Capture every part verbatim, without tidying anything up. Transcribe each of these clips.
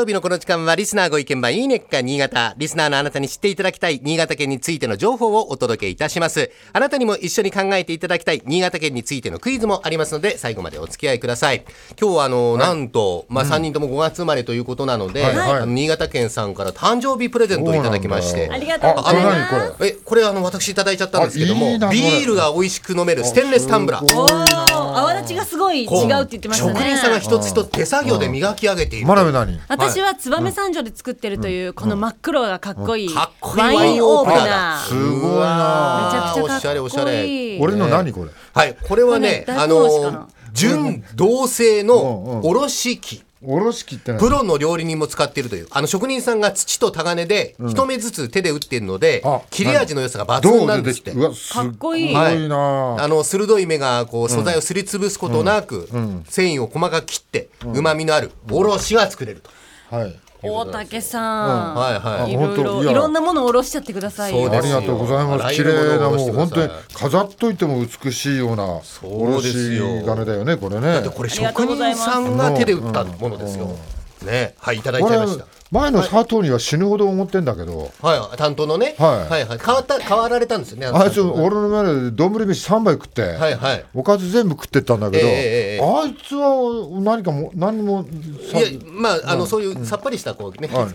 日のこの時間はリスナーご意見番いいねっか新潟。リスナーのあなたに知っていただきたい新潟県についての情報をお届けいたします。あなたにも一緒に考えていただきたい新潟県についてのクイズもありますので、最後までお付き合いください。今日はあの、はい、なんと、まあ、さんにんともごがつ生まれということなので、はいはい、あの新潟県さんから誕生日プレゼントをいただきまして、 ありがとうございます。 えこれあの私いただいちゃったんですけども、いいビールが美味しく飲めるステンレスタンブラー。 おー、泡立ちがすごい違うって言ってましたね。 職人さんが一つ一つ手作業で磨き上げている。 真鍋何？ 私は燕三条で作ってるという、うん、この真っ黒がかっこいい、うん、 かっこいいワインオープナー。 すごいな。 めちゃくちゃかっこいい。 おしゃれおしゃれ。 俺の何これ？ はい、これはね、あの純銅製のおろし器。 おろし器ってプロの料理人も使っているという、あの職人さんが土とタガネで一目ずつ手で打っているので、うん、切れ味の良さが抜群なんですって。 うわすかっこいい、 はい、あの鋭い目がこう素材をすりつぶすことなく、うんうん、繊維を細かく切ってうまみのあるおろしが作れると、 はい、 大竹さん、 うん、はいはい、 いろいろいろんなものをおろしちゃってくださいよ。 ありがとうございます。綺麗な、もう本当に飾っといても美しいようなおろし金だよね、これね。 だってこれ職人さんが手で打ったものですよ、ね、はい、いただいちゃいました。 前の佐藤には死ぬほど思ってんだけど、 はい、担当のね、 はいはいはい、変わった変わられたんですよね。 あいつ俺の前で丼飯さんばい食って、はいはい、おかず全部食ってったんだけど、えーえー、あいつは何かも何もいや、まああの、うん、そういうさっぱりしたこうね、はい、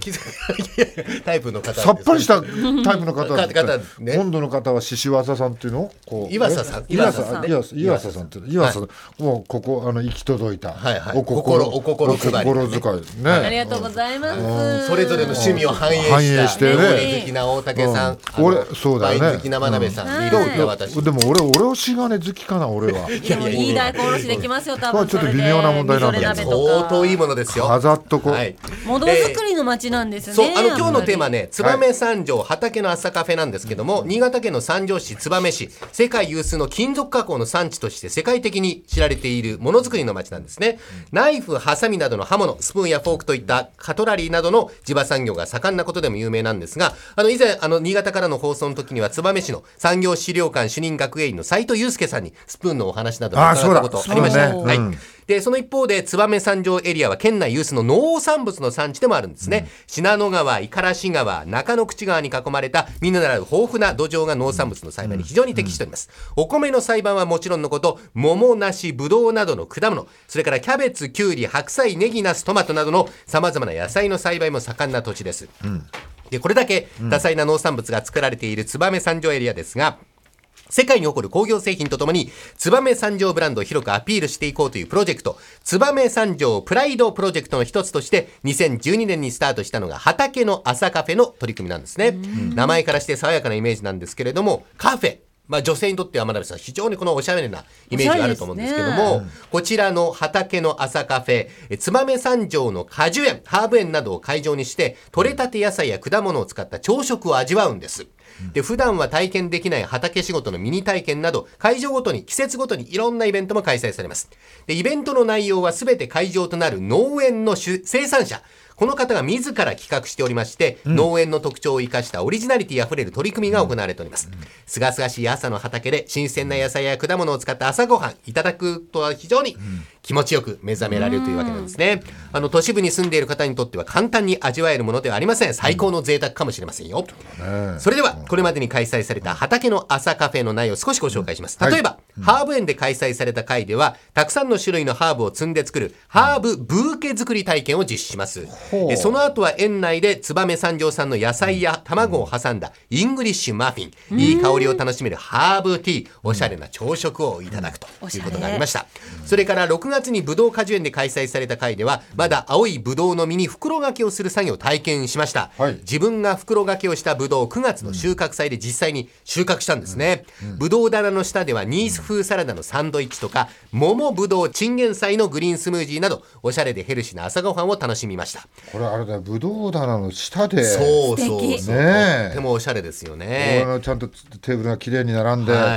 タイプの方、 さっぱりしたタイプの方方、 ね、今度の方は獅子和佐さんっていうの、こう岩佐さん、 岩佐さん、岩佐さんって岩佐さん、もうここあの行き届いた、 はいはい、 お心お心配り、 心遣いね。 ありがとうございます。 それぞれの趣味を反映した、反映してね、料理好きな大竹さん、 俺そうだよね、 ワイン好きな真鍋さん、いろいろ私。 でも俺おろし金好きかな、俺は。 いやいや、いい大根おろしできますよ、多分。 ちょっと微妙な問題なんだけど、 相当いいものですよ。 飾っとこう。 ものづくりの街なんですね。 そう、あの今日のテーマね、燕三条畑の朝カフェなんですけども、新潟県の三条市燕市、世界有数の金属加工の産地として世界的に知られているものづくりの街なんですね。ナイフ、ハサミなどの刃物、スプーンやフォークといったカトラリーなどの地場産業が盛んなことでも有名なんですが、あの以前あの新潟からの放送の時には燕市の産業資料館主任学芸員の斉藤祐介さんにスプーンのお話などを伺ったことありました。はい、でその一方で燕三条エリアは県内有数の農産物の産地でもあるんですね、うん、信濃川、五十嵐川、中野口川に囲まれたミネラル豊富な土壌が農産物の栽培に非常に適しております、うん、お米の栽培はもちろんのこと、桃、梨、ぶどうなどの果物、それからキャベツ、キュウリ、白菜、ネギ、ナス、トマトなどのさまざまな野菜の栽培も盛んな土地です、うん、でこれだけ多彩な農産物が作られている燕三条エリアですが、世界に誇る工業製品とともに燕三条ブランドを広くアピールしていこうというプロジェクト、燕三条プライドプロジェクトの一つとしてにせんじゅうにねんにスタートしたのが畑の朝カフェの取り組みなんですね。名前からして爽やかなイメージなんですけれども、カフェ、まあ、女性にとっては真鍋さん非常にこのおしゃれなイメージがあると思うんですけども、ね、こちらの畑の朝カフェ、燕三条の果樹園、ハーブ園などを会場にして採れたて野菜や果物を使った朝食を味わうんです。で普段は体験できない畑仕事のミニ体験など、会場ごとに季節ごとにいろんなイベントも開催されます。でイベントの内容はすべて会場となる農園の生産者、この方が自ら企画しておりまして、うん、農園の特徴を生かしたオリジナリティあふれる取り組みが行われております。すがすがしい朝の畑で新鮮な野菜や果物を使った朝ごはんいただくとは非常に気持ちよく目覚められるというわけなんですね。あの都市部に住んでいる方にとっては簡単に味わえるものではありません。最高の贅沢かもしれませんよ、うん、それではこれまでに開催された畑の朝カフェの内容を少しご紹介します。例えば、はい、ハーブ園で開催された回ではたくさんの種類のハーブを積んで作るハーブブーケ作り体験を実施します。でその後は園内で燕三条産の野菜や卵を挟んだイングリッシュマフィン、いい香りを楽しめるハーブティー、おしゃれな朝食をいただくということがありました。それからろくがつにぶどう果樹園で開催された回ではまだ青いぶどうの実に袋掛けをする作業を体験しました、はい、自分が袋掛けをしたぶどうをくがつの収穫祭で実際に収穫したんですね、うんうん、ぶどう棚の下ではニース風サラダのサンドイッチとか桃ぶどうチンゲン菜のグリーンスムージーなどおしゃれでヘルシーな朝ごはんを楽しみました。 これあれだ、ぶどう棚の下で、 そうそうそう、 ね、 とってもおしゃれですよね。 ちゃんとテーブルがきれいに並んで、はい、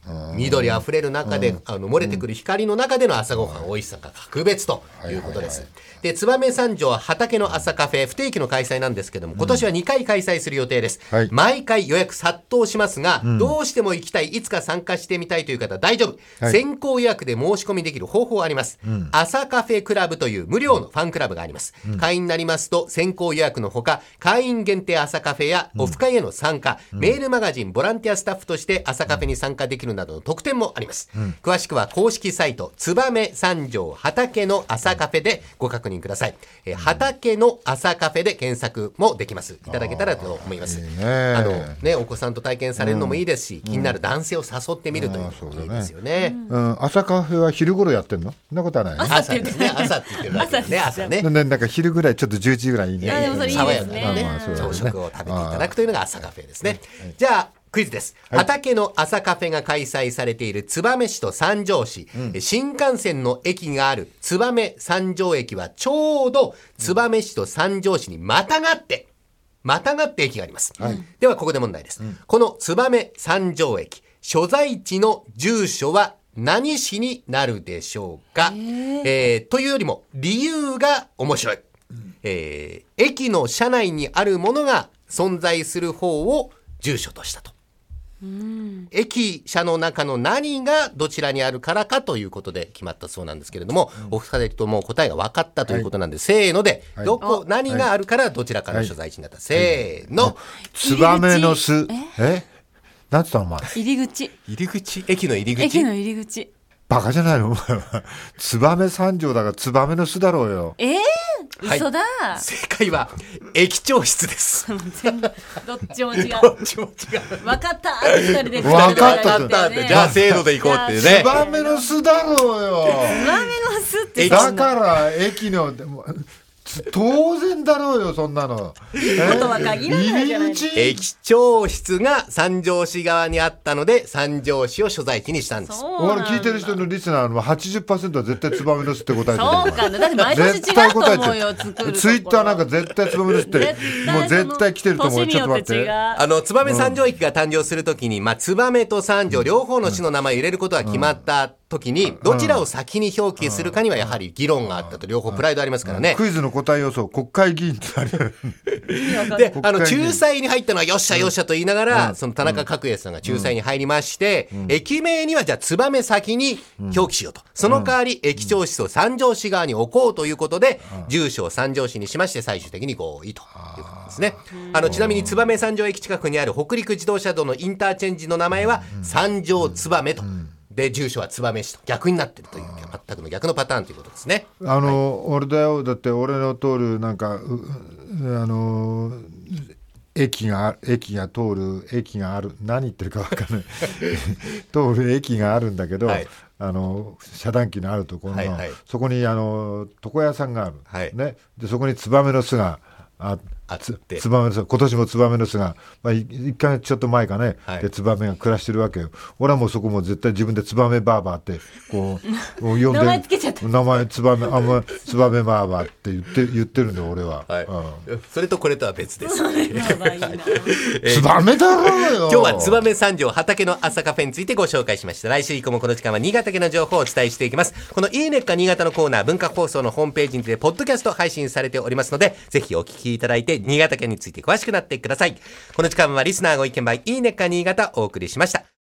緑あふれる中で、あの漏れてくる光の中での朝ごはん、美味しさが格別ということです。で、燕三条畑の朝カフェ不定期の開催なんですけども、今年はにかい開催する予定です。はい、毎回予約殺到しますが、うん、どうしても行きたい、いつか参加してみたいという方大丈夫、はい、先行予約で申し込みできる方法あります。うん、朝カフェクラブという無料のファンクラブがあります。うん、会員になりますと先行予約のほか、会員限定朝カフェやオフ会への参加、うん、メールマガジンボランティアスタッフとして朝カフェに参加できるなどの特典もあります。うん、詳しくは公式サイト燕三条畑の朝カフェでご確認ください。えー、畑の朝カフェで検索もできます。いただけたらと思います。あ, あのね、お子さんと体験されるのもいいですし、うん、気になる男性を誘ってみるというのもいいですよね。 うん、朝カフェは昼頃やってんの？そんなことはないね。 朝ですね。朝って言ってるわけですね。朝ね。 なんか昼ぐらいちょっとじゅうじぐらいいいね。 いやでもそれいいですね。 爽やかなね、まあそうだね、朝食を食べていただくというのが朝カフェですね。じゃあクイズです、はい、畑の朝カフェが開催されている燕市と三条市、うん、新幹線の駅がある燕三条駅はちょうど燕市と三条市にまたがってまたがって駅があります、はい、ではここで問題です、うん、この燕三条駅所在地の住所は何市になるでしょうか、えーえー、というよりも理由が面白い、うんえー、駅の車内にあるものが存在する方を住所としたと。うん、駅舎の中の何がどちらにあるからかということで決まったそうなんですけれども、うん、お二人とも答えが分かったということなんで、はい、せーので、はい、どこ何があるからどちらかの所在地になった、はい、せーの、はい、 ツバメの巣えなんて言ったのお前入り口入り口駅の入り口駅の入り口バカじゃないのお前は燕三条だからツバメの巣だろうよ。 えー嘘だ、 はい、正解は駅長室ですどっちも違うどっちも違う分かったふたりで分かったって、 ね、じゃあせーので行こうってねツバメの巣だろうよツバメの巣ってだから駅の当然だろうよそんなのことは限らないじゃないですか。 駅長室が三条市側にあったので三条市を所在地にしたんです。 俺聞いてる人のリスナーの はちじゅっパーセント は絶対ツバメの巣って答えてる。 そうかなだって毎年違うと思うよ作るツイッターなんか絶対ツバメの巣ってもう絶対来てると思う。ちょっと待ってあの燕三条駅が誕生するときに、まあ、燕と三条両方の市の名前を入れることが決まった時にどちらを先に表記するかにはやはり議論があったと。両方プライドありますからね。 クイズの答え予想国会議員ってあるであの仲裁に入ったのはよっしゃよっしゃと言いながら、うん、その田中角栄さんが仲裁に入りまして、うん、駅名にはじゃあ燕先に表記しようと、うん、その代わり駅長室を三条市側に置こうということで、うん、住所を三条市にしまして最終的に合意ということですね。あのちなみに燕三条駅近くにある北陸自動車道のインターチェンジの名前は三条燕と、うんで住所は燕市と逆になってるという全くの逆のパターンということですね。 あの、はい、俺だよだって俺の通るなんかあの駅が駅が通る駅がある何言ってるか分かんない通る駅があるんだけど、はい、あの遮断機のあるところの、はいはい、そこにあの床屋さんがある、はいね、でそこにツバメの巣がああつってツバメの巣今年もツバメの巣が、まあ、いっかげつちょっと前かね、はい、でツバメが暮らしてるわけよ。俺はもうそこも絶対自分でツバメバーバーってこう呼んで名前つけちゃった名前ツバメあんまツバメバーバーって言って言ってるんだよ俺は、はいうん、それとこれとは別です。ツバメだろうよ。 今日は燕三条畑の朝カフェについてご紹介しました。来週以降もこの時間は新潟県の情報をお伝えしていきます。このいいねっか新潟のコーナー文化放送のホームページにてポッドキャスト配信されておりますのでぜひお聞きいただいて新潟県について詳しくなってください。この時間はリスナーご意見番いいねっか新潟お送りしました。